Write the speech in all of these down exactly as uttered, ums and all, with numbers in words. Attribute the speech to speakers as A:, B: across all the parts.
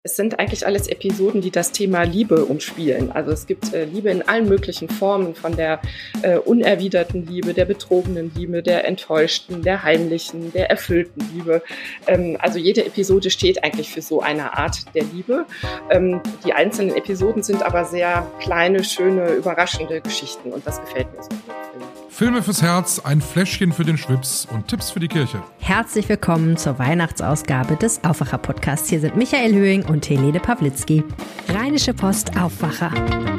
A: Es sind eigentlich alles Episoden, die das Thema Liebe umspielen. Also es gibt äh, Liebe in allen möglichen Formen, von der äh, unerwiderten Liebe, der betrogenen Liebe, der enttäuschten, der heimlichen, der erfüllten Liebe. Ähm, also jede Episode steht eigentlich für so eine Art der Liebe. Ähm, die einzelnen Episoden sind aber sehr kleine, schöne, überraschende Geschichten und das gefällt mir so gut.
B: Filme fürs Herz, ein Fläschchen für den Schwips und Tipps für die Kirche.
C: Herzlich willkommen zur Weihnachtsausgabe des Aufwacher-Podcasts. Hier sind Michael Höhing und Helene Pawlitzki. Rheinische Post Aufwacher.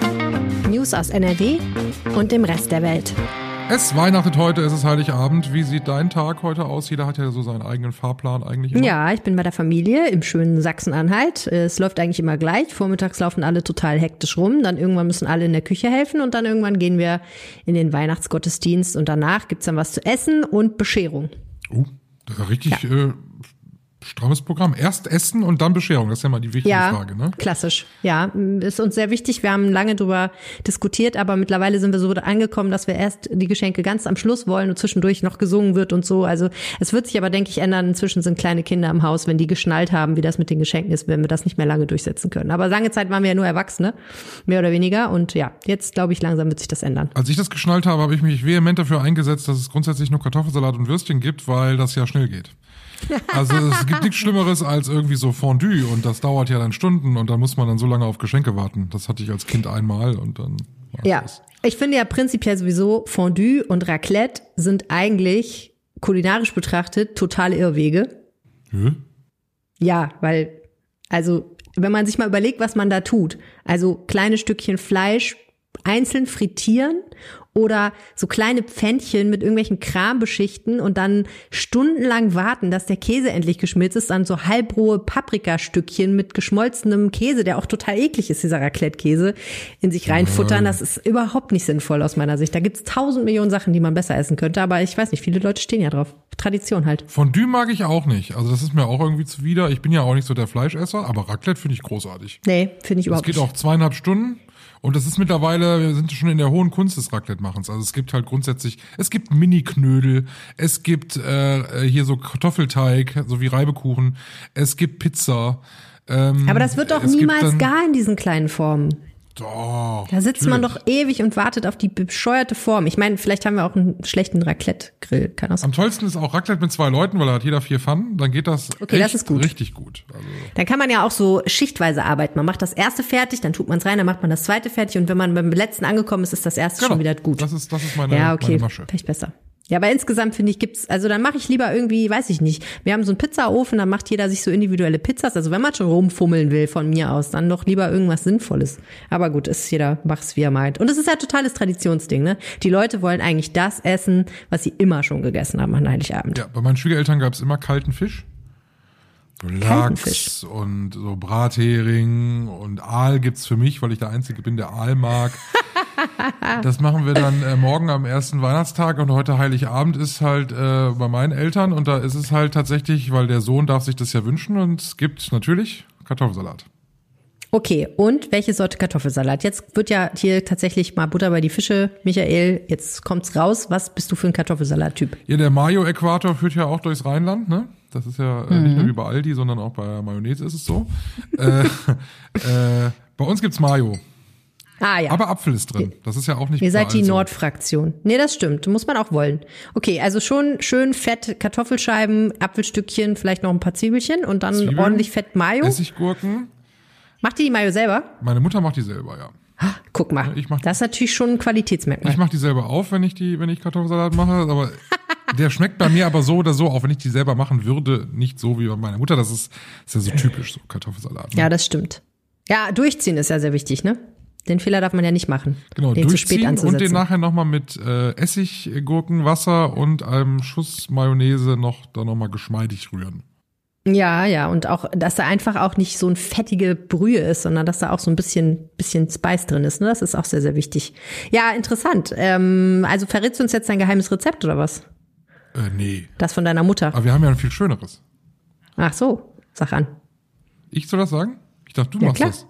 C: News aus N R W und dem Rest der Welt.
B: Es weihnachtet heute, es ist Heiligabend. Wie sieht dein Tag heute aus? Jeder hat ja so seinen eigenen Fahrplan eigentlich immer.
C: Ja, ich bin bei der Familie im schönen Sachsen-Anhalt. Es läuft eigentlich immer gleich. Vormittags laufen alle total hektisch rum. Dann irgendwann müssen alle in der Küche helfen. Und dann irgendwann gehen wir in den Weihnachtsgottesdienst. Und danach gibt's dann was zu essen und Bescherung.
B: Oh, das ist ja richtig...
C: Ja.
B: Äh Strammes Programm. Erst Essen und dann Bescherung. Das ist ja mal die wichtige
C: ja,
B: Frage, ne?
C: Klassisch. Ja, ist uns sehr wichtig. Wir haben lange drüber diskutiert, aber mittlerweile sind wir so angekommen, dass wir erst die Geschenke ganz am Schluss wollen und zwischendurch noch gesungen wird und so. Also es wird sich aber, denke ich, ändern. Inzwischen sind kleine Kinder im Haus. Wenn die geschnallt haben, wie das mit den Geschenken ist, werden wir das nicht mehr lange durchsetzen können. Aber lange Zeit waren wir ja nur Erwachsene, mehr oder weniger. Und ja, jetzt, glaube ich, langsam wird sich das ändern.
B: Als ich das geschnallt habe, habe ich mich vehement dafür eingesetzt, dass es grundsätzlich nur Kartoffelsalat und Würstchen gibt, weil das ja schnell geht. Also es gibt nichts Schlimmeres als irgendwie so Fondue und das dauert ja dann Stunden und dann muss man dann so lange auf Geschenke warten. Das hatte ich als Kind einmal und dann war
C: Ja,
B: das.
C: Ich finde ja prinzipiell sowieso, Fondue und Raclette sind eigentlich kulinarisch betrachtet totale Irrwege.
B: Hä?
C: Ja, weil, also wenn man sich mal überlegt, was man da tut, also kleine Stückchen Fleisch einzeln frittieren oder so kleine Pfännchen mit irgendwelchen Kram beschichten und dann stundenlang warten, dass der Käse endlich geschmilzt ist, dann so halbrohe Paprikastückchen mit geschmolzenem Käse, der auch total eklig ist, dieser Raclette-Käse, in sich reinfuttern. Das ist überhaupt nicht sinnvoll aus meiner Sicht. Da gibt's tausend Millionen Sachen, die man besser essen könnte, aber ich weiß nicht, viele Leute stehen ja drauf. Tradition halt.
B: Fondue mag ich auch nicht. Also das ist mir auch irgendwie zuwider. Ich bin ja auch nicht so der Fleischesser, aber Raclette finde ich großartig.
C: Nee, finde ich überhaupt nicht.
B: Es geht auch zweieinhalb Stunden. Und das ist mittlerweile, wir sind schon in der hohen Kunst des Raclette-Machens. Also es gibt halt grundsätzlich, es gibt Mini-Knödel, es gibt äh, hier so Kartoffelteig, so wie Reibekuchen, es gibt Pizza. Ähm,
C: Aber das wird doch niemals gar in diesen kleinen Formen.
B: Doch.
C: Da sitzt
B: natürlich.
C: man doch ewig und wartet auf die bescheuerte Form. Ich meine, vielleicht haben wir auch einen schlechten Raclette-Grill. Kann das sein?
B: Am tollsten ist auch Raclette mit zwei Leuten, weil da hat jeder vier Pfannen. Dann geht das,
C: okay,
B: echt
C: das ist gut.
B: richtig gut. Also
C: dann kann man ja auch so schichtweise arbeiten. Man macht das erste fertig, dann tut man es rein, dann macht man das zweite fertig und wenn man beim letzten angekommen ist, ist das erste
B: genau.
C: schon wieder gut.
B: Das ist, das ist meine,
C: ja, okay.
B: meine Masche.
C: Vielleicht besser. Ja, aber insgesamt finde ich, gibt's, also dann mache ich lieber irgendwie, weiß ich nicht, wir haben so einen Pizzaofen, dann macht jeder sich so individuelle Pizzas. Also wenn man schon rumfummeln will von mir aus, dann doch lieber irgendwas Sinnvolles. Aber gut, ist jeder macht's, wie er meint. Und es ist ja totales Traditionsding, ne? Die Leute wollen eigentlich das essen, was sie immer schon gegessen haben an Heiligabend.
B: Ja, bei meinen Schwiegereltern gab's immer kalten Fisch. So Lachs und so Brathering und Aal gibt's für mich, weil ich der Einzige bin, der Aal mag. Das machen wir dann äh, morgen am ersten Weihnachtstag und heute Heiligabend ist halt äh, bei meinen Eltern und da ist es halt tatsächlich, weil der Sohn darf sich das ja wünschen und es gibt natürlich Kartoffelsalat.
C: Okay, und welche Sorte Kartoffelsalat? Jetzt wird ja hier tatsächlich mal Butter bei die Fische. Michael, jetzt kommt's raus. Was bist du für ein Kartoffelsalat-Typ?
B: Ja, der Mayo-Äquator führt ja auch durchs Rheinland, ne? Das ist ja äh,
C: mhm.
B: nicht nur wie bei Aldi, sondern auch bei Mayonnaise ist es so. äh, äh, bei uns gibt's Mayo.
C: Ah ja.
B: Aber Apfel ist drin. Das ist ja auch nicht
C: Ihr seid die
B: so.
C: Nordfraktion. Nee, das stimmt. Muss man auch wollen. Okay, also schon schön fett Kartoffelscheiben, Apfelstückchen, vielleicht noch ein paar Zwiebelchen und dann
B: Zwiebeln,
C: ordentlich fett Mayo.
B: Essiggurken.
C: Macht die die Mayo selber?
B: Meine Mutter macht die selber, ja.
C: Ah, guck mal,
B: ich mach,
C: das ist natürlich schon ein Qualitätsmerkmal.
B: Ich mache die selber auf, wenn ich die, wenn ich Kartoffelsalat mache, aber der schmeckt bei mir aber so oder so, auch wenn ich die selber machen würde, nicht so wie bei meiner Mutter. Das ist, ist ja so typisch, so Kartoffelsalat. Ne?
C: Ja, das stimmt. Ja, durchziehen ist ja sehr wichtig, ne? Den Fehler darf man ja nicht machen.
B: Genau,
C: den zu spät
B: durchziehen
C: anzusetzen.
B: und den nachher nochmal mit äh, Essiggurken, Wasser und einem Schuss Mayonnaise noch da nochmal geschmeidig rühren.
C: Ja, ja, und auch, dass da einfach auch nicht so ein fettige Brühe ist, sondern dass da auch so ein bisschen, bisschen Spice drin ist, ne? Das ist auch sehr, sehr wichtig. Ja, interessant. Ähm, also verrätst du uns jetzt dein geheimes Rezept oder was?
B: Äh, nee.
C: Das von deiner Mutter.
B: Aber wir haben ja ein viel schöneres.
C: Ach so, sag an.
B: Ich soll das sagen? Ich dachte, du
C: Ja,
B: machst
C: klar.
B: das.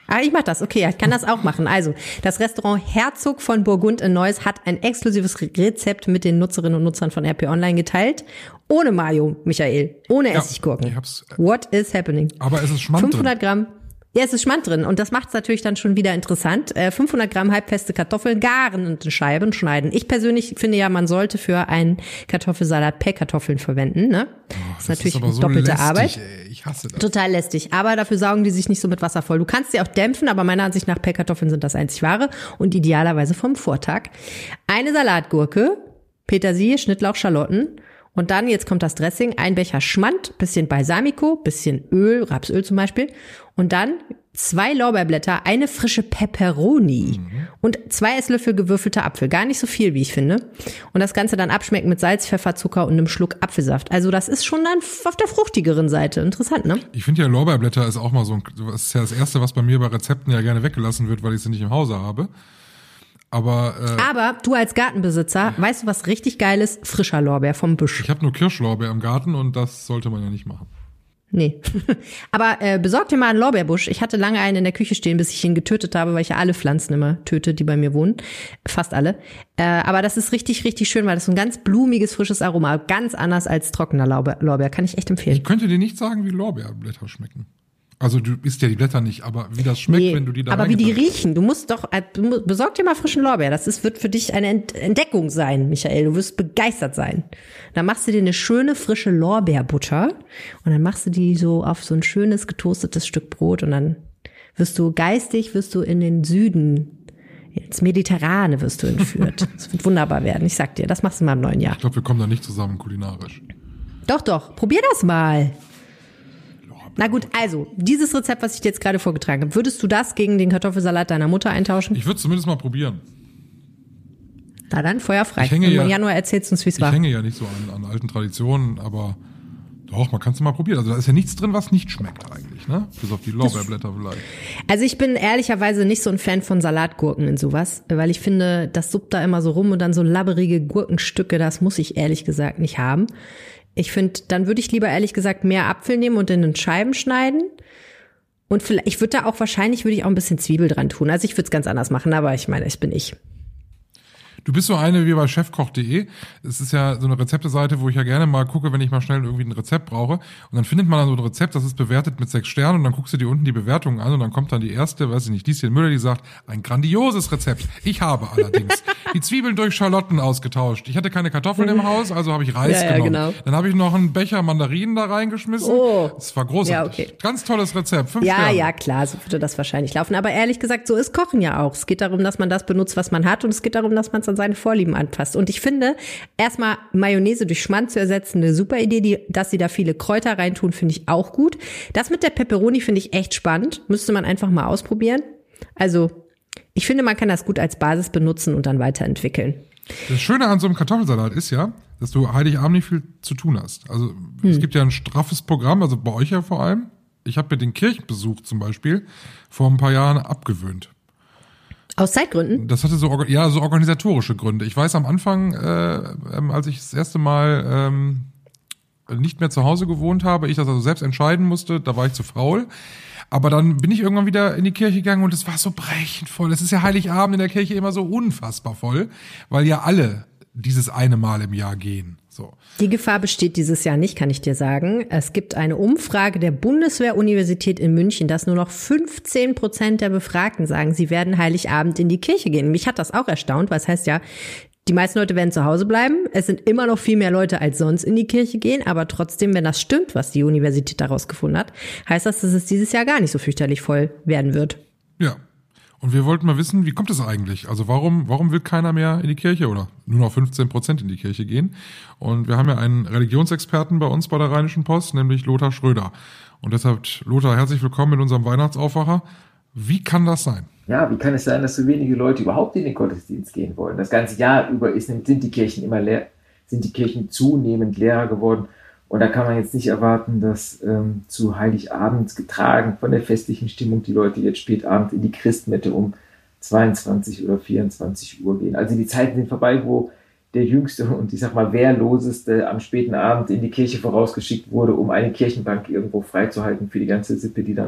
C: Ah, ich mach das. Okay, ja, ich kann das auch machen. Also, das Restaurant Herzog von Burgund in Neuss hat ein exklusives Rezept mit den Nutzerinnen und Nutzern von R P Online geteilt. Ohne Mayo, Michael. Ohne
B: Ja,
C: Essiggurken.
B: ich hab's-
C: What is happening?
B: Aber es ist Schmand
C: fünfhundert Gramm. Ja, es ist Schmand drin und das macht es natürlich dann schon wieder interessant. Äh, fünfhundert Gramm halbfeste Kartoffeln garen und in Scheiben schneiden. Ich persönlich finde ja, man sollte für einen Kartoffelsalat Pellkartoffeln verwenden. Ne?
B: Oh,
C: das ist natürlich
B: aber so
C: doppelte
B: lästig,
C: Arbeit.
B: Ey. Ich hasse das.
C: Total lästig. Aber dafür saugen die sich nicht so mit Wasser voll. Du kannst sie auch dämpfen, aber meiner Ansicht nach Pellkartoffeln sind das einzig wahre und idealerweise vom Vortag. Eine Salatgurke, Petersilie, Schnittlauch, Schalotten. Und dann, jetzt kommt das Dressing, ein Becher Schmand, bisschen Balsamico, bisschen Öl, Rapsöl zum Beispiel. Und dann zwei Lorbeerblätter, eine frische Peperoni mhm. und zwei Esslöffel gewürfelter Apfel. Gar nicht so viel, wie ich finde. Und das Ganze dann abschmecken mit Salz, Pfeffer, Zucker und einem Schluck Apfelsaft. Also das ist schon dann auf der fruchtigeren Seite. Interessant, ne?
B: Ich finde ja, Lorbeerblätter ist auch mal so ein, das ist ja das Erste, was bei mir bei Rezepten ja gerne weggelassen wird, weil ich sie nicht im Hause habe. Aber, äh,
C: Aber du als Gartenbesitzer, weißt du, was richtig geil ist? Frischer Lorbeer vom Busch.
B: ich habe nur Kirschlorbeer im Garten und das sollte man ja nicht machen.
C: Nee. Aber äh, besorg dir mal einen Lorbeerbusch. Ich hatte lange einen in der Küche stehen, bis ich ihn getötet habe, weil ich ja alle Pflanzen immer töte, die bei mir wohnen. Fast alle. Äh, aber das ist richtig, richtig schön, weil das so ein ganz blumiges, frisches Aroma. Ganz anders als trockener Lorbeer. Lorbeer. Kann ich echt empfehlen.
B: Ich könnte dir nicht sagen, wie Lorbeerblätter schmecken. Also du isst ja die Blätter nicht, aber wie das schmeckt,
C: Nee,
B: wenn du die da
C: aber wie die
B: reingetan hast.
C: riechen, du musst doch, äh, du mu- besorg dir mal frischen Lorbeer. Das ist, wird für dich eine Ent- Entdeckung sein, Michael. Du wirst begeistert sein. Dann machst du dir eine schöne, frische Lorbeerbutter und dann machst du die so auf so ein schönes, getoastetes Stück Brot und dann wirst du geistig, wirst du in den Süden, ins Mediterrane wirst du entführt. Das wird wunderbar werden, ich sag dir. Das machst du mal im neuen Jahr.
B: Ich glaube, wir kommen da nicht zusammen kulinarisch.
C: Doch, doch, probier das mal. Na gut, also, dieses Rezept, was ich dir jetzt gerade vorgetragen habe, würdest du das gegen den Kartoffelsalat deiner Mutter eintauschen?
B: Ich würde zumindest mal probieren.
C: Na dann, Feuer frei.
B: Ich hänge
C: Im
B: ja-
C: Januar erzählst du uns, wie es
B: Ich
C: war.
B: hänge ja nicht so an, an alten Traditionen, aber doch, man kann es mal probieren. Also da ist ja nichts drin, was nicht schmeckt eigentlich, ne? Bis auf die Lorbeerblätter vielleicht.
C: Also ich bin ehrlicherweise nicht so ein Fan von Salatgurken in sowas, weil ich finde, das suppt da immer so rum und dann so labberige Gurkenstücke, das muss ich ehrlich gesagt nicht haben. Ich finde, dann würde ich lieber ehrlich gesagt mehr Apfel nehmen und in den Scheiben schneiden. Und vielleicht, ich würde da auch wahrscheinlich, würde ich auch ein bisschen Zwiebel dran tun. Also ich würde es ganz anders machen, aber ich meine, ich bin ich.
B: Du bist so eine wie bei chefkoch punkt de. Es ist ja so eine Rezepteseite, wo ich ja gerne mal gucke, wenn ich mal schnell irgendwie ein Rezept brauche. Und dann findet man dann so ein Rezept, das ist bewertet mit sechs Sternen und dann guckst du dir unten die Bewertungen an und dann kommt dann die erste, weiß ich nicht, Lieschen Müller, die sagt, ein grandioses Rezept. Ich habe allerdings die Zwiebeln durch Schalotten ausgetauscht. Ich hatte keine Kartoffeln im Haus, also habe ich Reis
C: Ja, ja,
B: genommen.
C: genau.
B: Dann habe ich noch einen Becher Mandarinen da reingeschmissen.
C: Oh.
B: Das war großartig.
C: Ja, okay.
B: Ganz tolles Rezept. Fünf
C: Ja,
B: Sterne.
C: ja, klar, so würde das wahrscheinlich laufen. Aber ehrlich gesagt, so ist Kochen ja auch. Es geht darum, dass man das benutzt, was man hat und es geht darum, dass man es an seine Vorlieben anpasst. Und ich finde, erstmal Mayonnaise durch Schmand zu ersetzen, eine super Idee. Die, dass sie da viele Kräuter reintun, finde ich auch gut. Das mit der Pepperoni finde ich echt spannend. Müsste man einfach mal ausprobieren. Also, ich finde, man kann das gut als Basis benutzen und dann weiterentwickeln.
B: Das Schöne an so einem Kartoffelsalat ist ja, dass du Heiligabend nicht viel zu tun hast. Also es gibt ja ein straffes Programm, also bei euch ja vor allem. Ich habe mir den Kirchenbesuch zum Beispiel vor ein paar Jahren abgewöhnt.
C: Aus Zeitgründen?
B: Das hatte so orga- ja so organisatorische Gründe. Ich weiß am Anfang, äh, ähm, als ich das erste Mal ähm, nicht mehr zu Hause gewohnt habe, ich das also selbst entscheiden musste, da war ich zu faul. Aber dann bin ich irgendwann wieder in die Kirche gegangen und es war so brechend voll. Es ist ja Heiligabend in der Kirche immer so unfassbar voll, weil ja alle dieses eine Mal im Jahr gehen. So.
C: Die Gefahr besteht dieses Jahr nicht, kann ich dir sagen. Es gibt eine Umfrage der Bundeswehr-Universität in München, dass nur noch fünfzehn Prozent der Befragten sagen, sie werden Heiligabend in die Kirche gehen. Mich hat das auch erstaunt, weil es heißt ja, die meisten Leute werden zu Hause bleiben. Es sind immer noch viel mehr Leute als sonst in die Kirche gehen. Aber trotzdem, wenn das stimmt, was die Universität daraus gefunden hat, heißt das, dass es dieses Jahr gar nicht so fürchterlich voll werden wird.
B: Ja. Und wir wollten mal wissen, wie kommt es eigentlich? Also warum, warum will keiner mehr in die Kirche oder nur noch fünfzehn Prozent in die Kirche gehen? Und wir haben ja einen Religionsexperten bei uns bei der Rheinischen Post, nämlich Lothar Schröder. Und deshalb, Lothar, herzlich willkommen in unserem Weihnachtsaufwacher. Wie kann das sein?
D: Ja, wie kann es sein, dass so wenige Leute überhaupt in den Gottesdienst gehen wollen? Das ganze Jahr über ist, sind die Kirchen immer leer, sind die Kirchen zunehmend leerer geworden. Und da kann man jetzt nicht erwarten, dass ähm, zu Heiligabend getragen von der festlichen Stimmung die Leute jetzt spät abends in die Christmette um zweiundzwanzig oder vierundzwanzig Uhr gehen. Also die Zeiten sind vorbei, wo der Jüngste und ich sag mal Wehrloseste am späten Abend in die Kirche vorausgeschickt wurde, um eine Kirchenbank irgendwo freizuhalten für die ganze Sippe, die dann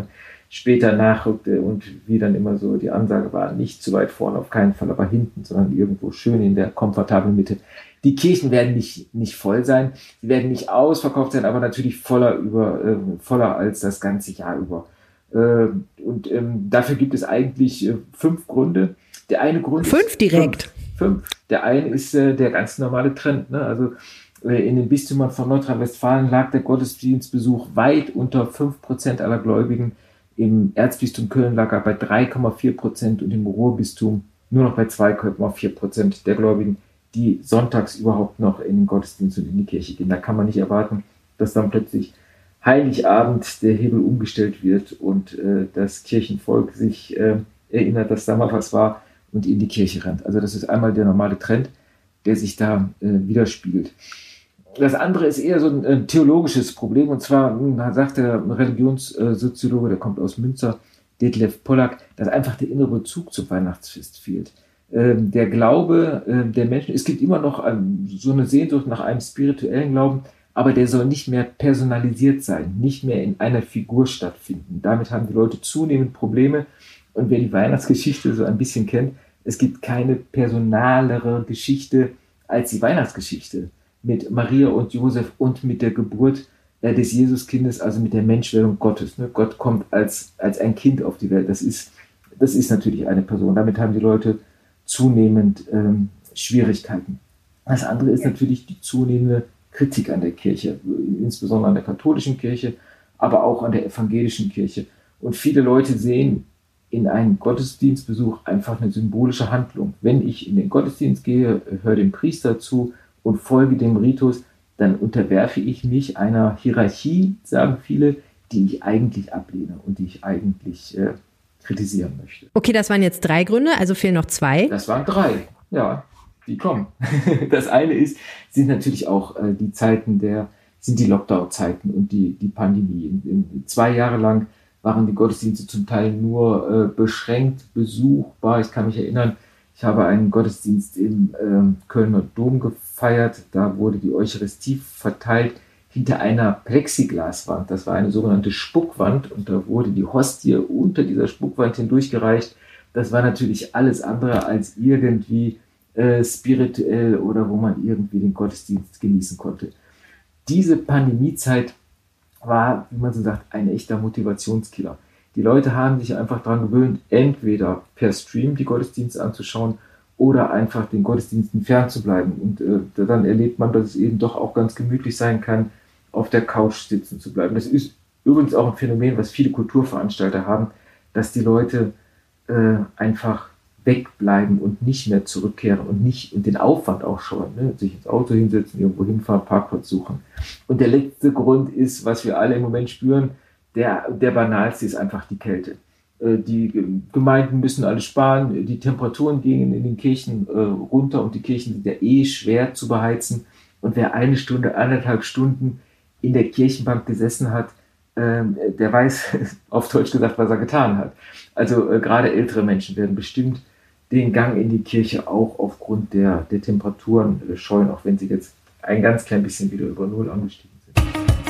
D: später nachrückte und wie dann immer so die Ansage war, nicht zu weit vorne, auf keinen Fall, aber hinten, sondern irgendwo schön in der komfortablen Mitte. Die Kirchen werden nicht, nicht voll sein, sie werden nicht ausverkauft sein, aber natürlich voller über, äh, voller als das ganze Jahr über. Äh, und ähm, dafür gibt es eigentlich äh, fünf Gründe. Der eine Grund
C: Fünf
D: ist,
C: direkt.
D: Fünf, fünf. Der eine ist äh, der ganz normale Trend, ne? Also äh, in den Bistümern von Nordrhein-Westfalen lag der Gottesdienstbesuch weit unter fünf Prozent aller Gläubigen. Im Erzbistum Köln lag er bei drei Komma vier Prozent und im Ruhrbistum nur noch bei zwei Komma vier Prozent der Gläubigen, die sonntags überhaupt noch in den Gottesdienst und in die Kirche gehen. Da kann man nicht erwarten, dass dann plötzlich Heiligabend der Hebel umgestellt wird und äh, das Kirchenvolk sich äh, erinnert, dass da mal was war und in die Kirche rennt. Also das ist einmal der normale Trend, der sich da äh, widerspiegelt. Das andere ist eher so ein äh, theologisches Problem, und zwar mh, sagt der Religionssoziologe, der kommt aus Münster, Detlef Pollack, dass einfach der innere Bezug zum Weihnachtsfest fehlt. Ähm, der Glaube äh, der Menschen, es gibt immer noch ähm, so eine Sehnsucht nach einem spirituellen Glauben, aber der soll nicht mehr personalisiert sein, nicht mehr in einer Figur stattfinden. Damit haben die Leute zunehmend Probleme. Und wer die Weihnachtsgeschichte so ein bisschen kennt, es gibt keine personalere Geschichte als die Weihnachtsgeschichte mit Maria und Josef und mit der Geburt äh, des Jesuskindes, also mit der Menschwerdung Gottes. Ne? Gott kommt als, als ein Kind auf die Welt. Das ist, das ist natürlich eine Person. Damit haben die Leute zunehmend ähm, Schwierigkeiten. Das andere ist natürlich die zunehmende Kritik an der Kirche, insbesondere an der katholischen Kirche, aber auch an der evangelischen Kirche. Und viele Leute sehen in einem Gottesdienstbesuch einfach eine symbolische Handlung. Wenn ich in den Gottesdienst gehe, höre dem Priester zu und folge dem Ritus, dann unterwerfe ich mich einer Hierarchie, sagen viele, die ich eigentlich ablehne und die ich eigentlich äh, kritisieren möchte.
C: Okay, das waren jetzt drei Gründe, also fehlen noch zwei.
D: Das waren drei, ja, die kommen. Das eine ist, sind natürlich auch äh, die Zeiten der, sind die Lockdown-Zeiten und die, die Pandemie. In, in zwei Jahre lang waren die Gottesdienste zum Teil nur äh, beschränkt besuchbar. Ich kann mich erinnern, ich habe einen Gottesdienst im äh, Kölner Dom gefeiert. Da wurde die Eucharistie verteilt hinter einer Plexiglaswand. Das war eine sogenannte Spuckwand und da wurde die Hostie unter dieser Spuckwand hindurchgereicht. Das war natürlich alles andere als irgendwie äh, spirituell oder wo man irgendwie den Gottesdienst genießen konnte. Diese Pandemiezeit war, wie man so sagt, ein echter Motivationskiller. Die Leute haben sich einfach daran gewöhnt, entweder per Stream die Gottesdienste anzuschauen oder einfach den Gottesdiensten fernzubleiben. Und äh, dann erlebt man, dass es eben doch auch ganz gemütlich sein kann, auf der Couch sitzen zu bleiben. Das ist übrigens auch ein Phänomen, was viele Kulturveranstalter haben, dass die Leute äh, einfach wegbleiben und nicht mehr zurückkehren und nicht und den Aufwand auch scheuen, ne? Sich ins Auto hinsetzen, irgendwo hinfahren, Parkplatz suchen. Und der letzte Grund ist, was wir alle im Moment spüren, der, der banalste ist einfach die Kälte. Äh, die Gemeinden müssen alle sparen, die Temperaturen gehen in den Kirchen äh, runter und die Kirchen sind ja eh schwer zu beheizen. Und wer eine Stunde, anderthalb Stunden in der Kirchenbank gesessen hat, äh, der weiß, auf Deutsch gesagt, was er getan hat. Also äh, gerade ältere Menschen werden bestimmt den Gang in die Kirche auch aufgrund der, der Temperaturen äh, scheuen, auch wenn sie jetzt ein ganz klein bisschen wieder über Null angestiegen sind.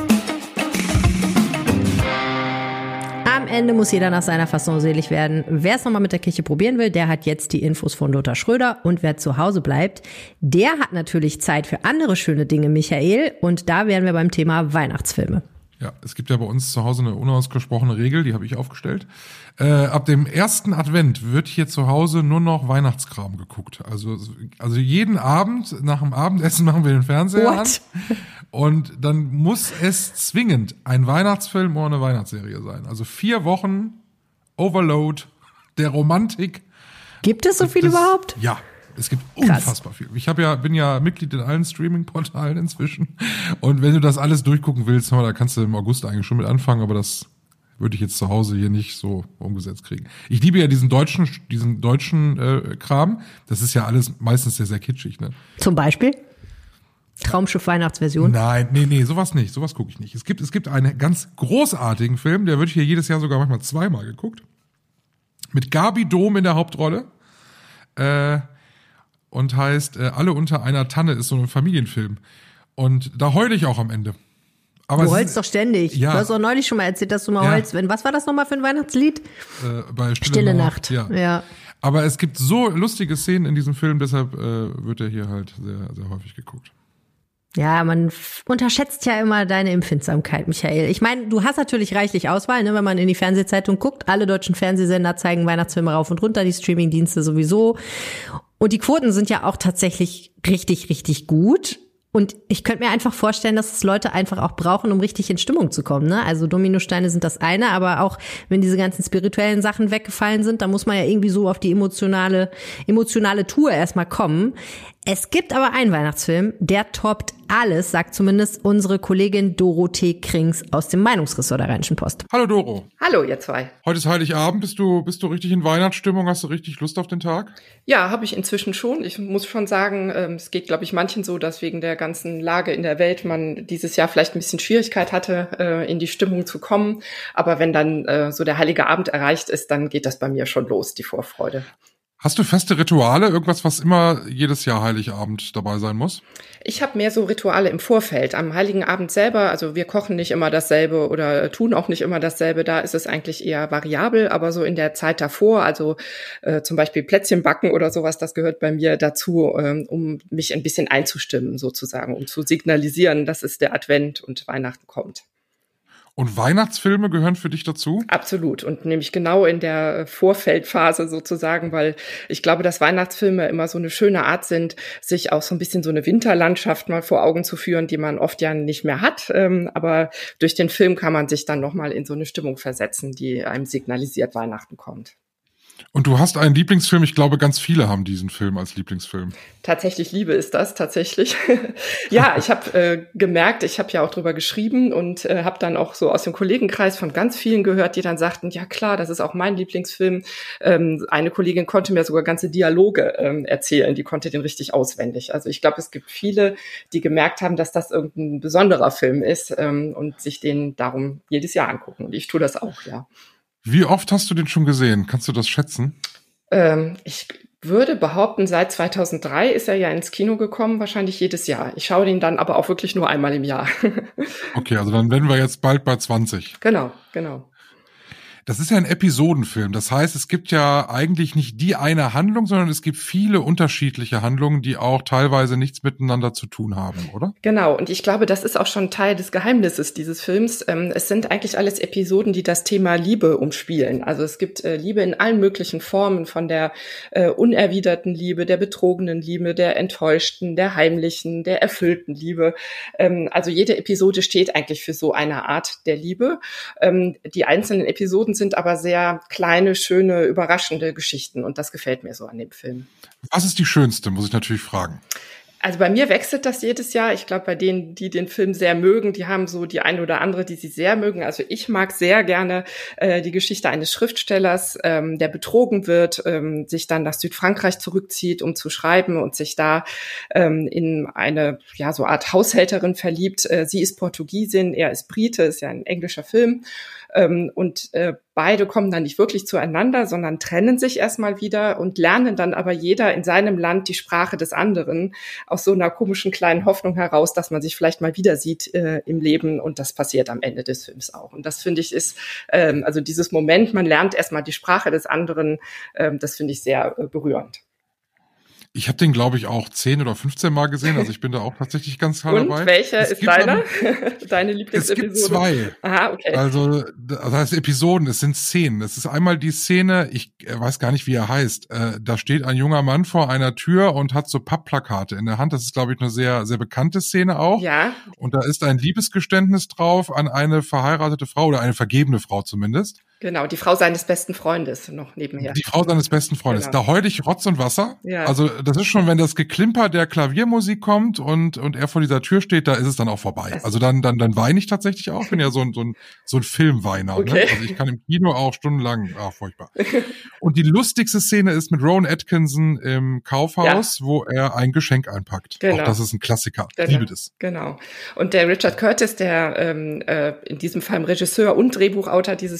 C: Am Ende muss jeder nach seiner Fasson selig werden. Wer es nochmal mit der Kirche probieren will, der hat jetzt die Infos von Lothar Schröder. Und wer zu Hause bleibt, der hat natürlich Zeit für andere schöne Dinge, Michael. Und da wären wir beim Thema Weihnachtsfilme.
B: Ja, es gibt ja bei uns zu Hause eine unausgesprochene Regel, die habe ich aufgestellt. Äh, ab dem ersten Advent wird hier zu Hause nur noch Weihnachtskram geguckt. Also, also jeden Abend nach dem Abendessen machen wir den Fernseher
C: What?
B: an. Und dann muss es zwingend ein Weihnachtsfilm oder eine Weihnachtsserie sein. Also vier Wochen Overload der Romantik.
C: Gibt es so viel
B: das,
C: überhaupt?
B: Ja. Es gibt
C: Krass.
B: unfassbar viel. Ich habe ja, bin ja Mitglied in allen Streaming-Portalen inzwischen. Und wenn du das alles durchgucken willst, da kannst du im August eigentlich schon mit anfangen, aber das würde ich jetzt zu Hause hier nicht so umgesetzt kriegen. Ich liebe ja diesen deutschen, diesen deutschen äh, Kram. Das ist ja alles meistens sehr, sehr kitschig, ne?
C: Zum Beispiel? Traumschiff Weihnachtsversion?
B: Nein, nee, nee, sowas nicht. Sowas gucke ich nicht. Es gibt, es gibt einen ganz großartigen Film, der wird hier jedes Jahr sogar manchmal zweimal geguckt. Mit Gabi Dom in der Hauptrolle. Äh, Und heißt, äh, alle unter einer Tanne ist so ein Familienfilm. Und da heule ich auch am Ende. Aber
C: du heulst doch ständig.
B: Ja.
C: Du hast auch neulich schon mal erzählt, dass du mal
B: ja.
C: heulst. Wenn, was war das nochmal für ein Weihnachtslied?
B: Äh, bei Stille,
C: Stille
B: Nacht.
C: Nacht.
B: Ja.
C: ja.
B: Aber es gibt so lustige Szenen in diesem Film, deshalb äh, wird er hier halt sehr, sehr häufig geguckt.
C: Ja, man f- unterschätzt ja immer deine Empfindsamkeit, Michael. Ich meine, du hast natürlich reichlich Auswahl, ne, wenn man in die Fernsehzeitung guckt. Alle deutschen Fernsehsender zeigen Weihnachtsfilme rauf und runter, die Streamingdienste sowieso. Und die Quoten sind ja auch tatsächlich richtig, richtig gut. Und ich könnte mir einfach vorstellen, dass es Leute einfach auch brauchen, um richtig in Stimmung zu kommen, ne? Also Dominosteine sind das eine, aber auch wenn diese ganzen spirituellen Sachen weggefallen sind, da muss man ja irgendwie so auf die emotionale, emotionale Tour erstmal kommen. Es gibt aber einen Weihnachtsfilm, der toppt alles, sagt zumindest unsere Kollegin Dorothee Krings aus dem Meinungsressort der Rheinischen Post.
B: Hallo Doro.
A: Hallo, ihr zwei.
B: Heute ist Heiligabend. Bist du, bist du richtig in Weihnachtsstimmung? Hast du richtig Lust auf den Tag?
A: Ja, habe ich inzwischen schon. Ich muss schon sagen, es geht, glaube ich, manchen so, dass wegen der ganzen Lage in der Welt man dieses Jahr vielleicht ein bisschen Schwierigkeit hatte, in die Stimmung zu kommen. Aber wenn dann so der Heilige Abend erreicht ist, dann geht das bei mir schon los, die Vorfreude.
B: Hast du feste Rituale? Irgendwas, was immer jedes Jahr Heiligabend dabei sein muss?
A: Ich habe mehr so Rituale im Vorfeld. Am Heiligen Abend selber, also wir kochen nicht immer dasselbe oder tun auch nicht immer dasselbe. Da ist es eigentlich eher variabel, aber so in der Zeit davor, also äh, zum Beispiel Plätzchen backen oder sowas, das gehört bei mir dazu, ähm, um mich ein bisschen einzustimmen sozusagen, um zu signalisieren, dass es der Advent und Weihnachten kommt.
B: Und Weihnachtsfilme gehören für dich dazu?
A: Absolut. Und nämlich genau in der Vorfeldphase sozusagen, weil ich glaube, dass Weihnachtsfilme immer so eine schöne Art sind, sich auch so ein bisschen so eine Winterlandschaft mal vor Augen zu führen, die man oft ja nicht mehr hat. Aber durch den Film kann man sich dann nochmal in so eine Stimmung versetzen, die einem signalisiert, Weihnachten kommt.
B: Und du hast einen Lieblingsfilm, ich glaube, ganz viele haben diesen Film als Lieblingsfilm.
A: Tatsächlich Liebe ist das, tatsächlich. Ja, ich habe äh, gemerkt, ich habe ja auch drüber geschrieben und äh, habe dann auch so aus dem Kollegenkreis von ganz vielen gehört, die dann sagten, ja klar, das ist auch mein Lieblingsfilm. Ähm, eine Kollegin konnte mir sogar ganze Dialoge ähm, erzählen, die konnte den richtig auswendig. Also ich glaube, es gibt viele, die gemerkt haben, dass das irgendein besonderer Film ist ähm, und sich den darum jedes Jahr angucken. Und ich tue das auch, ja.
B: Wie oft hast du den schon gesehen? Kannst du das schätzen?
A: Ähm, ich würde behaupten, seit zweitausenddrei ist er ja ins Kino gekommen, wahrscheinlich jedes Jahr. Ich schaue den dann aber auch wirklich nur einmal im Jahr.
B: Okay, also dann werden wir jetzt bald bei zwanzig.
A: Genau, genau.
B: Das ist ja ein Episodenfilm. Das heißt, es gibt ja eigentlich nicht die eine Handlung, sondern es gibt viele unterschiedliche Handlungen, die auch teilweise nichts miteinander zu tun haben, oder?
A: Genau. Und ich glaube, das ist auch schon Teil des Geheimnisses dieses Films. Ähm, es sind eigentlich alles Episoden, die das Thema Liebe umspielen. Also es gibt äh, Liebe in allen möglichen Formen, von der äh, unerwiderten Liebe, der betrogenen Liebe, der enttäuschten, der heimlichen, der erfüllten Liebe. Ähm, also jede Episode steht eigentlich für so eine Art der Liebe. Ähm, die einzelnen Episoden sind aber sehr kleine, schöne, überraschende Geschichten und das gefällt mir so an dem Film.
B: Was ist die schönste, muss ich natürlich fragen.
A: Also bei mir wechselt das jedes Jahr. Ich glaube, bei denen, die den Film sehr mögen, die haben so die eine oder andere, die sie sehr mögen. Also ich mag sehr gerne äh, die Geschichte eines Schriftstellers, ähm, der betrogen wird, ähm, sich dann nach Südfrankreich zurückzieht, um zu schreiben und sich da ähm, in eine ja so Art Haushälterin verliebt. Äh, sie ist Portugiesin, er ist Brite, ist ja ein englischer Film. Ähm, und äh, beide kommen dann nicht wirklich zueinander, sondern trennen sich erstmal wieder und lernen dann aber jeder in seinem Land die Sprache des anderen aus so einer komischen kleinen Hoffnung heraus, dass man sich vielleicht mal wieder sieht äh, im Leben und das passiert am Ende des Films auch. Und das finde ich ist, ähm, also dieses Moment, man lernt erstmal die Sprache des anderen, ähm, das finde ich sehr äh, berührend.
B: Ich habe den, glaube ich, auch zehn oder fünfzehn Mal gesehen, also ich bin da auch tatsächlich ganz klar dabei.
A: Und welcher ist deiner? Deine Lieblingsepisode?
B: Es gibt zwei.
A: Aha, okay.
B: Also, das heißt Episoden, es sind Szenen. Es ist einmal die Szene, ich weiß gar nicht, wie er heißt, äh, da steht ein junger Mann vor einer Tür und hat so Pappplakate in der Hand. Das ist, glaube ich, eine sehr, sehr bekannte Szene auch.
A: Ja.
B: Und da ist ein Liebesgeständnis drauf an eine verheiratete Frau oder eine vergebene Frau zumindest.
A: Genau, die Frau seines besten Freundes noch nebenher.
B: Die Frau seines besten Freundes.
A: Genau.
B: Da heul ich Rotz und Wasser.
A: Ja.
B: Also das ist schon, wenn das Geklimper der Klaviermusik kommt und und er vor dieser Tür steht, da ist es dann auch vorbei.
A: Das
B: also dann dann dann weine ich tatsächlich auch. Ich bin ja so ein so ein so ein Filmweiner.
A: Okay.
B: Ne? Also ich kann im Kino auch stundenlang. Ah, furchtbar. Und die lustigste Szene ist mit Rowan Atkinson im Kaufhaus, ja, wo er ein Geschenk einpackt. Genau. Auch das ist ein Klassiker.
A: Genau.
B: Ich liebe das.
A: Genau. Und der Richard Curtis, der ähm, äh, in diesem Fall Regisseur und Drehbuchautor dieses Films,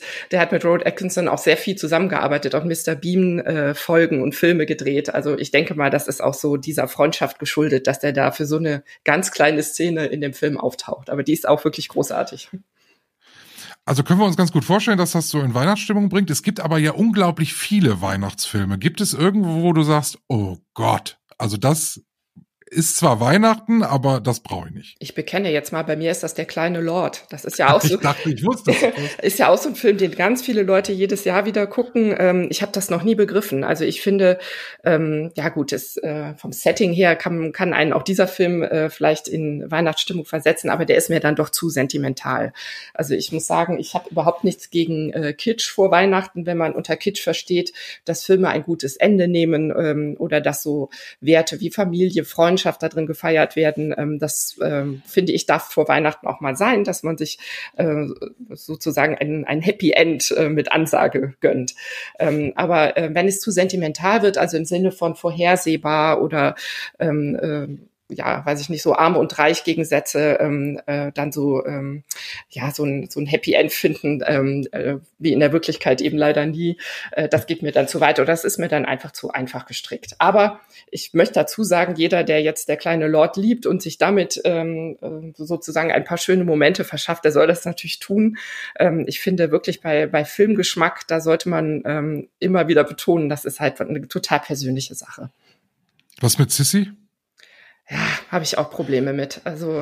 A: der hat mit Rowan Atkinson auch sehr viel zusammengearbeitet, auch Mister Bean äh, Folgen und Filme gedreht. Also ich denke mal, das ist auch so dieser Freundschaft geschuldet, dass der da für so eine ganz kleine Szene in dem Film auftaucht. Aber die ist auch wirklich großartig.
B: Also können wir uns ganz gut vorstellen, dass das so in Weihnachtsstimmung bringt. Es gibt aber ja unglaublich viele Weihnachtsfilme. Gibt es irgendwo, wo du sagst, oh Gott, also das ist zwar Weihnachten, aber das brauche ich nicht.
A: Ich bekenne jetzt mal, bei mir ist das der kleine Lord. Das ist ja auch so.
B: Ich dachte, ich wusste das.
A: Ist ja auch so ein Film, den ganz viele Leute jedes Jahr wieder gucken. Ähm, ich habe das noch nie begriffen. Also ich finde, ähm, ja gut, es, äh, vom Setting her kann, kann einen auch dieser Film äh, vielleicht in Weihnachtsstimmung versetzen, aber der ist mir dann doch zu sentimental. Also ich muss sagen, ich habe überhaupt nichts gegen äh, Kitsch vor Weihnachten, wenn man unter Kitsch versteht, dass Filme ein gutes Ende nehmen ähm, oder dass so Werte wie Familie, Freundschaft da drin gefeiert werden. Ähm, das ähm, finde ich darf vor Weihnachten auch mal sein, dass man sich äh, sozusagen ein, ein Happy End äh, mit Ansage gönnt. Ähm, aber äh, wenn es zu sentimental wird, also im Sinne von vorhersehbar oder ähm, äh, ja, weiß ich nicht, so arm und reich Gegensätze, ähm, äh, dann so, ähm, ja, so ein, so ein Happy End finden, ähm, äh, wie in der Wirklichkeit eben leider nie. Äh, das geht mir dann zu weit oder das ist mir dann einfach zu einfach gestrickt. Aber ich möchte dazu sagen, jeder, der jetzt der kleine Lord liebt und sich damit ähm, sozusagen ein paar schöne Momente verschafft, der soll das natürlich tun. Ähm, ich finde wirklich bei, bei Filmgeschmack, da sollte man ähm, immer wieder betonen, das ist halt eine total persönliche Sache.
B: Was mit Sissy?
A: Ja, habe ich auch Probleme mit. Also,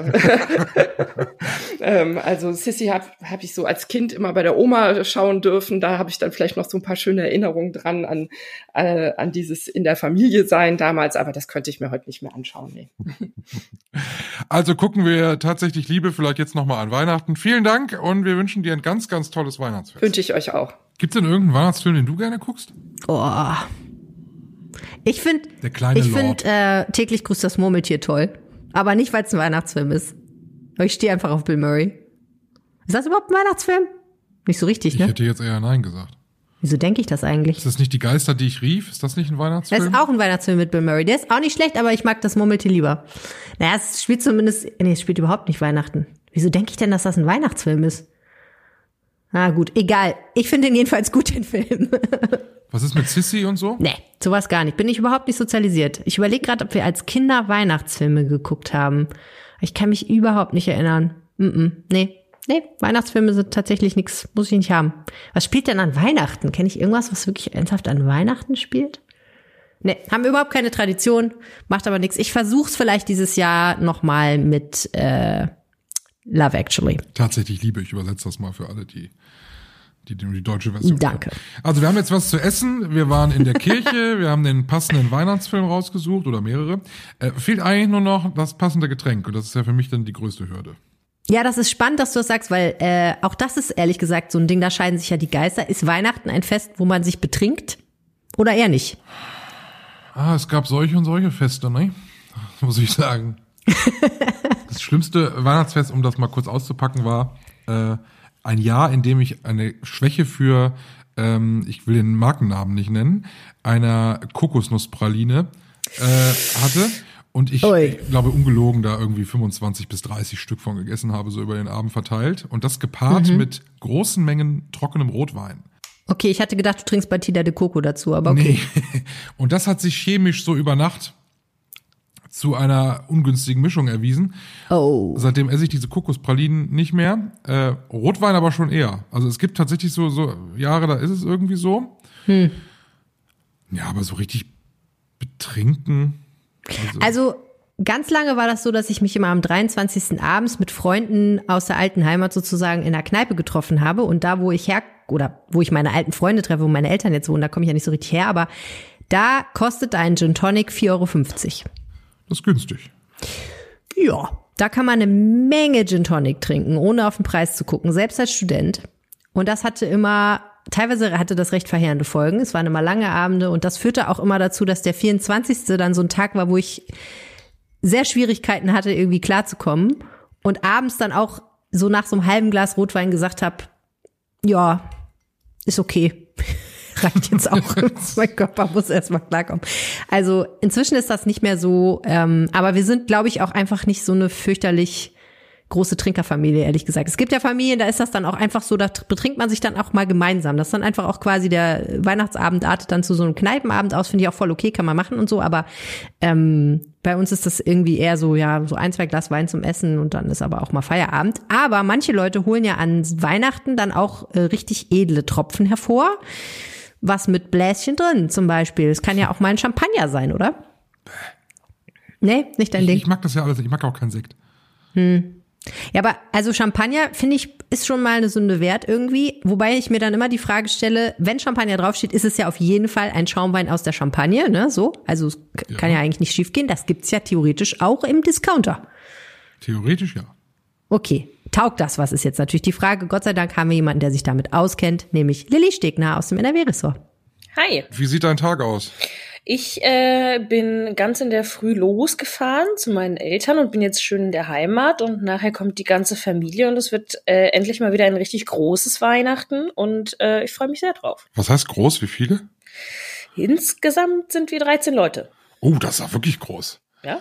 A: ähm, also Sissy habe hab ich so als Kind immer bei der Oma schauen dürfen. Da habe ich dann vielleicht noch so ein paar schöne Erinnerungen dran an äh, an dieses in der Familie sein damals. Aber das könnte ich mir heute nicht mehr anschauen. Nee.
B: Also gucken wir tatsächlich Liebe vielleicht jetzt nochmal an Weihnachten. Vielen Dank und wir wünschen dir ein ganz, ganz tolles Weihnachtsfest.
A: Wünsche ich euch auch.
B: Gibt's denn irgendeinen Weihnachtsfilm, den du gerne guckst?
C: Oh. Ich finde, ich finde äh, täglich grüßt das Murmeltier toll, aber nicht, weil es ein Weihnachtsfilm ist. Aber ich stehe einfach auf Bill Murray. Ist das überhaupt ein Weihnachtsfilm? Nicht so richtig, ne?
B: Ich hätte jetzt eher Nein gesagt.
C: Wieso denke ich das eigentlich?
B: Ist das nicht Die Geister, die ich rief? Ist das nicht ein Weihnachtsfilm?
C: Das ist auch ein Weihnachtsfilm mit Bill Murray. Der ist auch nicht schlecht, aber ich mag das Murmeltier lieber. Naja, es spielt zumindest, nee, es spielt überhaupt nicht Weihnachten. Wieso denke ich denn, dass das ein Weihnachtsfilm ist? Na gut, egal. Ich finde den jedenfalls gut, den Film.
B: Was ist mit Sissy und so?
C: Nee, sowas gar nicht. Bin ich überhaupt nicht sozialisiert. Ich überlege gerade, ob wir als Kinder Weihnachtsfilme geguckt haben. Ich kann mich überhaupt nicht erinnern. Mm-mm. Nee, nee, Weihnachtsfilme sind tatsächlich nichts, muss ich nicht haben. Was spielt denn an Weihnachten? Kenne ich irgendwas, was wirklich ernsthaft an Weihnachten spielt? Nee, haben wir überhaupt keine Tradition, macht aber nichts. Ich versuch's vielleicht dieses Jahr nochmal mit äh, Love Actually.
B: Tatsächlich Liebe, ich übersetze das mal für alle, die die die deutsche Version.
C: Danke.
B: Haben. Also wir haben jetzt was zu essen, wir waren in der Kirche, wir haben den passenden Weihnachtsfilm rausgesucht oder mehrere. Äh, fehlt eigentlich nur noch das passende Getränk und das ist ja für mich dann die größte Hürde.
C: Ja, das ist spannend, dass du das sagst, weil äh, auch das ist ehrlich gesagt so ein Ding, da scheiden sich ja die Geister. Ist Weihnachten ein Fest, wo man sich betrinkt oder eher nicht?
B: Ah, es gab solche und solche Feste, ne? Muss ich sagen. Das schlimmste Weihnachtsfest, um das mal kurz auszupacken, war äh, ein Jahr, in dem ich eine Schwäche für, ähm, ich will den Markennamen nicht nennen, einer Kokosnusspraline äh, hatte und ich, ich glaube ungelogen da irgendwie fünfundzwanzig bis dreißig Stück von gegessen habe, so über den Abend verteilt und das gepaart mhm. mit großen Mengen trockenem Rotwein.
C: Okay, ich hatte gedacht, du trinkst Batida de Coco dazu, aber okay.
B: Nee. Und das hat sich chemisch so über Nacht zu einer ungünstigen Mischung erwiesen.
C: Oh.
B: Seitdem esse ich diese Kokospralinen nicht mehr. Äh, Rotwein aber schon eher. Also es gibt tatsächlich so, so Jahre, da ist es irgendwie so.
C: Hm.
B: Ja, aber so richtig betrinken.
C: Also, also ganz lange war das so, dass ich mich immer am dreiundzwanzigsten abends mit Freunden aus der alten Heimat sozusagen in der Kneipe getroffen habe. Und da, wo ich her, oder wo ich meine alten Freunde treffe, wo meine Eltern jetzt wohnen, da komme ich ja nicht so richtig her, aber da kostet ein Gin Tonic vier Euro fünfzig.
B: Das ist günstig.
C: Ja, da kann man eine Menge Gin Tonic trinken, ohne auf den Preis zu gucken, selbst als Student. Und das hatte immer, teilweise hatte das recht verheerende Folgen. Es waren immer lange Abende und das führte auch immer dazu, dass der vierundzwanzigste dann so ein Tag war, wo ich sehr Schwierigkeiten hatte, irgendwie klarzukommen. Und abends dann auch so nach so einem halben Glas Rotwein gesagt habe, ja, ist okay. Reicht jetzt auch. Mein Körper muss erstmal klarkommen. Also inzwischen ist das nicht mehr so, ähm, aber wir sind, glaube ich, auch einfach nicht so eine fürchterlich große Trinkerfamilie, ehrlich gesagt. Es gibt ja Familien, da ist das dann auch einfach so, da betrinkt man sich dann auch mal gemeinsam. Das ist dann einfach auch quasi der Weihnachtsabend artet dann zu so einem Kneipenabend aus, finde ich auch voll okay, kann man machen und so, aber ähm, bei uns ist das irgendwie eher so, ja, so ein, zwei Glas Wein zum Essen und dann ist aber auch mal Feierabend. Aber manche Leute holen ja an Weihnachten dann auch äh, richtig edle Tropfen hervor. Was mit Bläschen drin zum Beispiel. Es kann ja auch mal ein Champagner sein, oder? Nee, nicht dein
B: ich,
C: Ding.
B: Ich mag das ja alles, ich mag auch keinen Sekt.
C: Hm. Ja, aber also Champagner, finde ich, ist schon mal eine Sünde wert irgendwie. Wobei ich mir dann immer die Frage stelle, wenn Champagner draufsteht, ist es ja auf jeden Fall ein Schaumwein aus der Champagne, ne? So, also es
B: ja.
C: kann ja eigentlich nicht schief gehen. Das gibt's ja theoretisch auch im Discounter.
B: Theoretisch ja.
C: Okay, taugt das was, ist jetzt natürlich die Frage. Gott sei Dank haben wir jemanden, der sich damit auskennt, nämlich Lilly Stegner aus dem N R W-Ressort.
A: Hi.
B: Wie sieht dein Tag aus?
A: Ich äh, bin ganz in der Früh losgefahren zu meinen Eltern und bin jetzt schön in der Heimat und nachher kommt die ganze Familie und es wird äh, endlich mal wieder ein richtig großes Weihnachten und äh, ich freue mich sehr drauf.
B: Was heißt groß? Wie viele?
A: Insgesamt sind wir dreizehn Leute.
B: Oh, das ist ja wirklich groß.
A: Ja.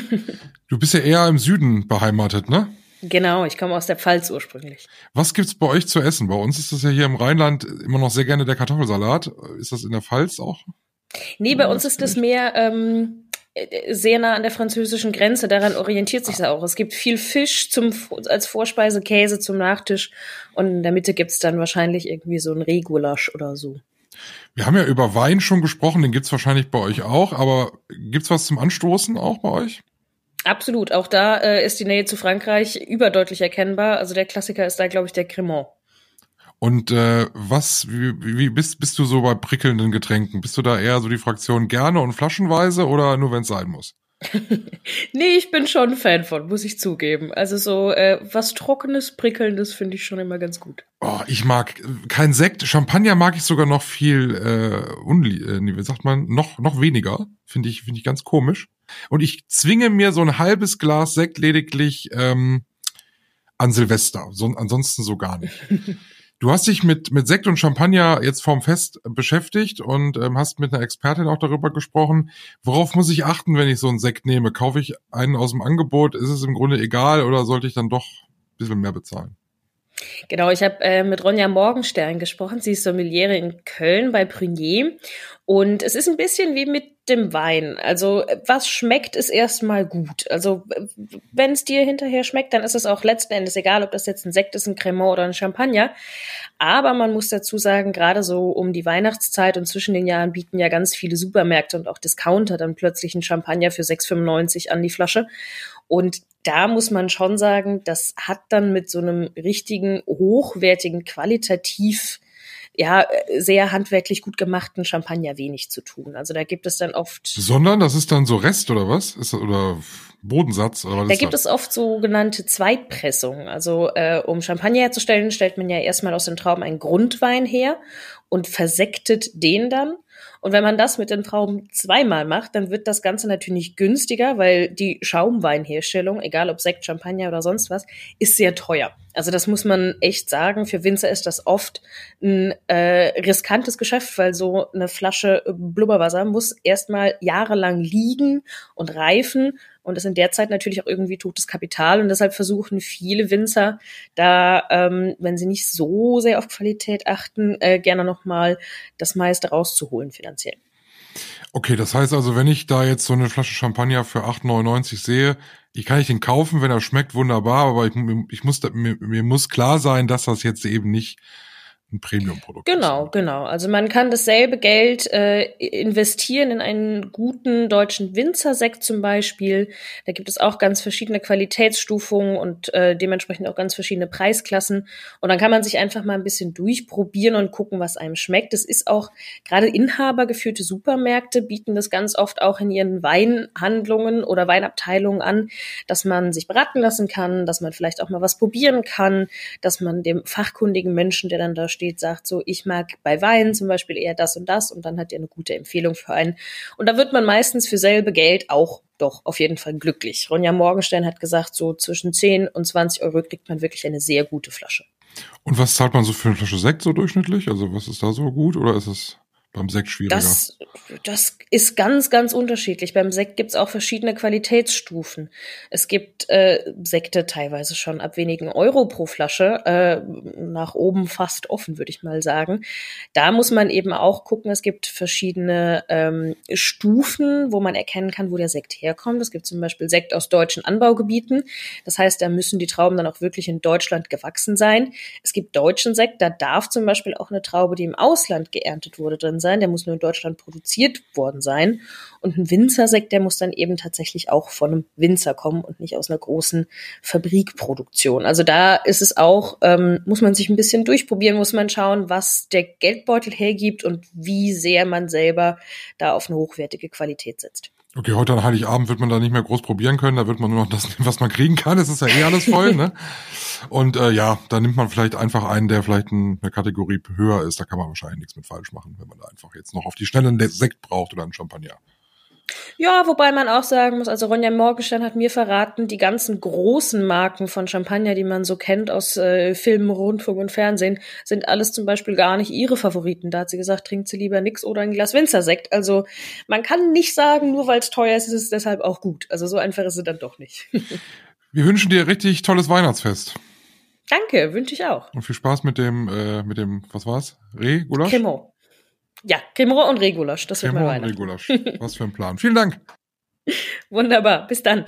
B: Du bist ja eher im Süden beheimatet, ne?
A: Genau, ich komme aus der Pfalz ursprünglich.
B: Was gibt's bei euch zu essen? Bei uns ist das ja hier im Rheinland immer noch sehr gerne der Kartoffelsalat. Ist das in der Pfalz auch?
A: Nee, bei uns ist das mehr ähm, sehr nah an der französischen Grenze. Daran orientiert sich es auch. Es gibt viel Fisch zum als Vorspeise, Käse zum Nachtisch und in der Mitte gibt's dann wahrscheinlich irgendwie so ein Rehgulasch oder so.
B: Wir haben ja über Wein schon gesprochen, den gibt's wahrscheinlich bei euch auch, aber gibt's was zum Anstoßen auch bei euch?
A: Absolut, auch da äh, ist die Nähe zu Frankreich überdeutlich erkennbar. Also der Klassiker ist da, glaube ich, der Cremant.
B: Und äh, was, wie, wie bist, bist du so bei prickelnden Getränken? Bist du da eher so die Fraktion gerne und flaschenweise oder nur, wenn es sein muss?
A: Nee, ich bin schon ein Fan von, muss ich zugeben. Also so äh, was Trockenes, Prickelndes finde ich schon immer ganz gut.
B: Oh, ich mag kein Sekt. Champagner mag ich sogar noch viel, äh, unli- äh, wie sagt man, noch noch weniger. Finde ich, finde ich ganz komisch. Und ich zwinge mir so ein halbes Glas Sekt lediglich ähm, an Silvester. So, ansonsten so gar nicht. Du hast dich mit mit Sekt und Champagner jetzt vorm Fest beschäftigt und ähm, hast mit einer Expertin auch darüber gesprochen. Worauf muss ich achten, wenn ich so einen Sekt nehme? Kaufe ich einen aus dem Angebot? Ist es im Grunde egal oder sollte ich dann doch ein bisschen mehr bezahlen?
A: Genau, ich habe äh, mit Ronja Morgenstern gesprochen. Sie ist Sommeliere in Köln bei Prunier. Und es ist ein bisschen wie mit dem Wein. Also was schmeckt, ist erstmal gut. Also wenn es dir hinterher schmeckt, dann ist es auch letzten Endes egal, ob das jetzt ein Sekt ist, ein Cremant oder ein Champagner. Aber man muss dazu sagen, gerade so um die Weihnachtszeit und zwischen den Jahren bieten ja ganz viele Supermärkte und auch Discounter dann plötzlich einen Champagner für sechs fünfundneunzig an die Flasche. Und da muss man schon sagen, das hat dann mit so einem richtigen, hochwertigen, qualitativ, ja, sehr handwerklich gut gemachten Champagner wenig zu tun. Also da gibt es dann oft...
B: Sondern, das ist dann so Rest oder was? Ist das, oder Bodensatz? Oder was
A: da
B: ist
A: gibt
B: das?
A: es oft sogenannte Zweitpressungen. Also äh, um Champagner herzustellen, stellt man ja erstmal aus den Trauben einen Grundwein her und versektet den dann. Und wenn man das mit den Trauben zweimal macht, dann wird das Ganze natürlich günstiger, weil die Schaumweinherstellung, egal ob Sekt, Champagner oder sonst was, ist sehr teuer. Also das muss man echt sagen. Für Winzer ist das oft ein äh, riskantes Geschäft, weil so eine Flasche Blubberwasser muss erstmal jahrelang liegen und reifen. Und das in der Zeit natürlich auch irgendwie totes Kapital. Und deshalb versuchen viele Winzer da, ähm, wenn sie nicht so sehr auf Qualität achten, äh, gerne nochmal das meiste rauszuholen finanziell.
B: Okay, das heißt also, wenn ich da jetzt so eine Flasche Champagner für acht neunundneunzig sehe, ich kann ich den kaufen, wenn er schmeckt, wunderbar, aber ich, ich muss, mir, mir muss klar sein, dass das jetzt eben nicht ein Premium-Produkt
A: Genau,
B: ist.
A: genau. Also man kann dasselbe Geld äh, investieren in einen guten deutschen Winzersekt zum Beispiel. Da gibt es auch ganz verschiedene Qualitätsstufungen und äh, dementsprechend auch ganz verschiedene Preisklassen. Und dann kann man sich einfach mal ein bisschen durchprobieren und gucken, was einem schmeckt. Es ist auch, gerade inhabergeführte Supermärkte bieten das ganz oft auch in ihren Weinhandlungen oder Weinabteilungen an, dass man sich beraten lassen kann, dass man vielleicht auch mal was probieren kann, dass man dem fachkundigen Menschen, der dann da steht, sagt so, ich mag bei Wein zum Beispiel eher das und das und dann hat er eine gute Empfehlung für einen. Und da wird man meistens für selbe Geld auch doch auf jeden Fall glücklich. Ronja Morgenstern hat gesagt, so zwischen zehn und zwanzig Euro kriegt man wirklich eine sehr gute Flasche.
B: Und was zahlt man so für eine Flasche Sekt so durchschnittlich? Also was ist da so gut oder ist es Beim Sekt schwieriger.
E: Das, das ist ganz, ganz unterschiedlich. Beim Sekt gibt's auch verschiedene Qualitätsstufen. Es gibt äh, Sekte teilweise schon ab wenigen Euro pro Flasche, äh, nach oben fast offen, würde ich mal sagen. Da muss man eben auch gucken, es gibt verschiedene ähm, Stufen, wo man erkennen kann, wo der Sekt herkommt. Es gibt zum Beispiel Sekt aus deutschen Anbaugebieten. Das heißt, da müssen die Trauben dann auch wirklich in Deutschland gewachsen sein. Es gibt deutschen Sekt, da darf zum Beispiel auch eine Traube, die im Ausland geerntet wurde, drin sein. Der muss nur in Deutschland produziert worden sein. Und ein Winzersekt, der muss dann eben tatsächlich auch von einem Winzer kommen und nicht aus einer großen Fabrikproduktion. Also da ist es auch, ähm, muss man sich ein bisschen durchprobieren, muss man schauen, was der Geldbeutel hergibt und wie sehr man selber da auf eine hochwertige Qualität setzt.
B: Okay, heute an Heiligabend wird man da nicht mehr groß probieren können, da wird man nur noch das nehmen, was man kriegen kann. Es ist ja eh alles voll, ne? Und äh, ja, da nimmt man vielleicht einfach einen, der vielleicht ein, eine Kategorie höher ist. Da kann man wahrscheinlich nichts mit falsch machen, wenn man da einfach jetzt noch auf die Schnelle einen Sekt braucht oder einen Champagner.
E: Ja, wobei man auch sagen muss, also Ronja Morgenstern hat mir verraten, die ganzen großen Marken von Champagner, die man so kennt aus äh, Filmen, Rundfunk und Fernsehen, sind alles zum Beispiel gar nicht ihre Favoriten. Da hat sie gesagt, trinkt sie lieber nix oder ein Glas Winzersekt. Also man kann nicht sagen, nur weil es teuer ist, ist es deshalb auch gut. Also so einfach ist es dann doch nicht.
B: Wir wünschen dir richtig tolles Weihnachtsfest.
E: Danke, wünsche ich auch.
B: Und viel Spaß mit dem, äh, mit dem, was war's? Reh-Gulasch?
E: Cremant. Ja, Cremant und Rehgulasch, das wird mal
B: Cremant und Rehgulasch. Was für ein Plan. Vielen Dank.
E: Wunderbar, bis dann.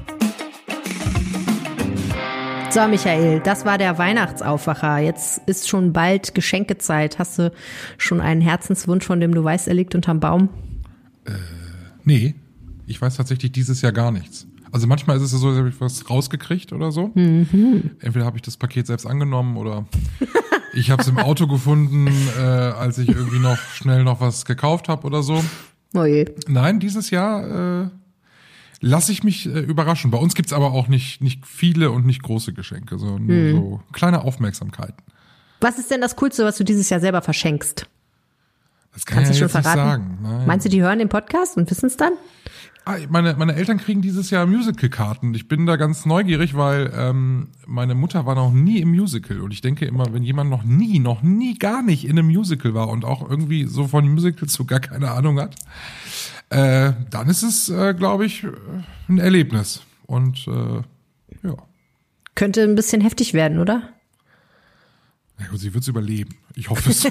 C: So, Michael, das war der Weihnachtsaufwacher. Jetzt ist schon bald Geschenkezeit. Hast du schon einen Herzenswunsch, von dem du weißt, er liegt unterm Baum?
B: Äh, nee. Ich weiß tatsächlich dieses Jahr gar nichts. Also manchmal ist es ja so, als habe ich was rausgekriegt oder so. Mhm. Entweder habe ich das Paket selbst angenommen oder ich habe es im Auto gefunden, äh, als ich irgendwie noch schnell noch was gekauft habe oder so.
C: Oh je.
B: Nein, dieses Jahr äh, lasse ich mich äh, überraschen. Bei uns gibt's aber auch nicht nicht viele und nicht große Geschenke, sondern nur mhm. so kleine Aufmerksamkeiten.
C: Was ist denn das Coolste, was du dieses Jahr selber verschenkst?
B: Das kann ich ja jetzt nicht sagen.
C: Nein. Meinst du, die hören den Podcast und wissen es dann?
B: Ah, meine, meine Eltern kriegen dieses Jahr Musical-Karten. Ich bin da ganz neugierig, weil ähm, meine Mutter war noch nie im Musical. Und ich denke immer, wenn jemand noch nie, noch nie gar nicht in einem Musical war und auch irgendwie so von Musicals so gar keine Ahnung hat, äh, dann ist es, äh, glaube ich, ein Erlebnis. Und äh, ja.
C: Könnte ein bisschen heftig werden, oder?
B: Na gut, sie wird's überleben. Ich hoffe es.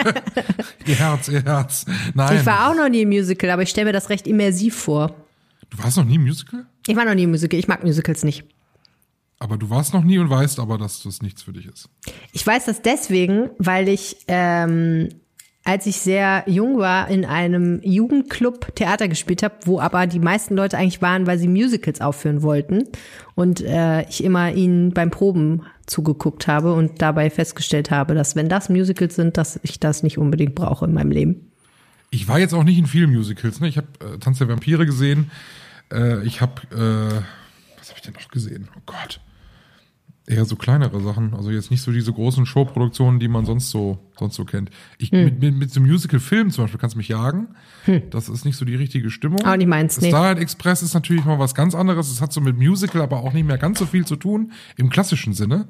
B: Ihr Herz, ihr Herz. Nein.
C: Ich war auch noch nie im Musical, aber ich stelle mir das recht immersiv vor.
B: Du warst noch nie im Musical?
C: Ich war noch nie im Musical. Ich mag Musicals nicht.
B: Aber du warst noch nie und weißt aber, dass das nichts für dich ist.
C: Ich weiß das deswegen, weil ich, ähm, als ich sehr jung war, in einem Jugendclub Theater gespielt habe, wo aber die meisten Leute eigentlich waren, weil sie Musicals aufführen wollten. Und äh, ich immer ihnen beim Proben zugeguckt habe und dabei festgestellt habe, dass wenn das Musicals sind, dass ich das nicht unbedingt brauche in meinem Leben.
B: Ich war jetzt auch nicht in vielen Musicals. Ne? Ich habe äh, Tanz der Vampire gesehen. Äh, ich habe, äh, was habe ich denn noch gesehen? Oh Gott. Eher so kleinere Sachen. Also jetzt nicht so diese großen Showproduktionen, die man sonst so sonst so kennt. Ich hm. mit, mit, mit so Musical-Filmen zum Beispiel kannst du mich jagen. Hm. Das ist nicht so die richtige Stimmung.
C: Auch nicht meins, nee.
B: Starlight Express ist natürlich mal was ganz anderes. Es hat so mit Musical aber auch nicht mehr ganz so viel zu tun im klassischen Sinne,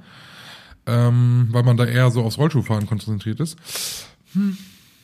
B: ähm, weil man da eher so aufs Rollschuhfahren konzentriert ist. Hm.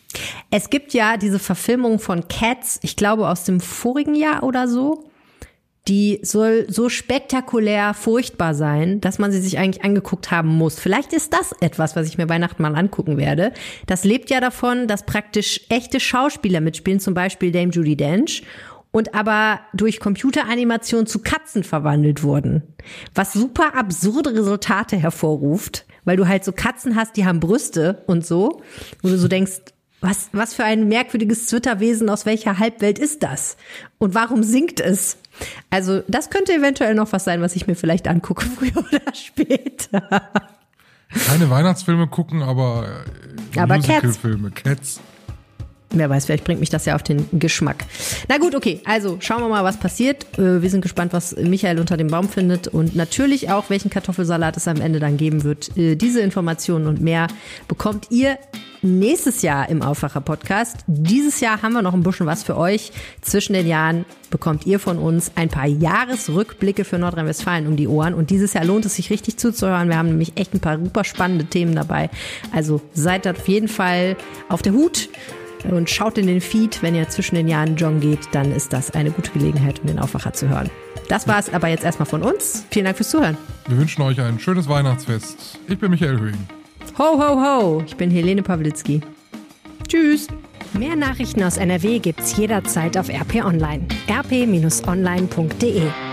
C: Es gibt ja diese Verfilmung von Cats, ich glaube aus dem vorigen Jahr oder so. Die soll so spektakulär furchtbar sein, dass man sie sich eigentlich angeguckt haben muss. Vielleicht ist das etwas, was ich mir Weihnachten mal angucken werde. Das lebt ja davon, dass praktisch echte Schauspieler mitspielen, zum Beispiel Dame Judi Dench, und aber durch Computeranimation zu Katzen verwandelt wurden. Was super absurde Resultate hervorruft, weil du halt so Katzen hast, die haben Brüste und so, wo du so denkst, was, was für ein merkwürdiges Zwitterwesen, aus welcher Halbwelt ist das? Und warum singt es? Also das könnte eventuell noch was sein, was ich mir vielleicht angucke, früher oder später.
B: Keine Weihnachtsfilme gucken, aber, äh,
C: aber
B: Musicalfilme, Cats. Cats.
C: Wer weiß, vielleicht bringt mich das ja auf den Geschmack. Na gut, okay, also schauen wir mal, was passiert. Wir sind gespannt, was Michael unter dem Baum findet und natürlich auch, welchen Kartoffelsalat es am Ende dann geben wird. Diese Informationen und mehr bekommt ihr nächstes Jahr im Aufwacher-Podcast. Dieses Jahr haben wir noch ein bisschen was für euch. Zwischen den Jahren bekommt ihr von uns ein paar Jahresrückblicke für Nordrhein-Westfalen um die Ohren. Und dieses Jahr lohnt es sich richtig zuzuhören. Wir haben nämlich echt ein paar super spannende Themen dabei. Also seid auf jeden Fall auf der Hut. Und schaut in den Feed, wenn ihr zwischen den Jahren joggen geht, dann ist das eine gute Gelegenheit, um den Aufwacher zu hören. Das war's aber jetzt erstmal von uns. Vielen Dank fürs Zuhören.
B: Wir wünschen euch ein schönes Weihnachtsfest. Ich bin Michael Höhing.
C: Ho, ho, ho. Ich bin Helene Pawlitzki. Tschüss.
F: Mehr Nachrichten aus N R W gibt's jederzeit auf R P Online. r p Bindestrich online punkt d e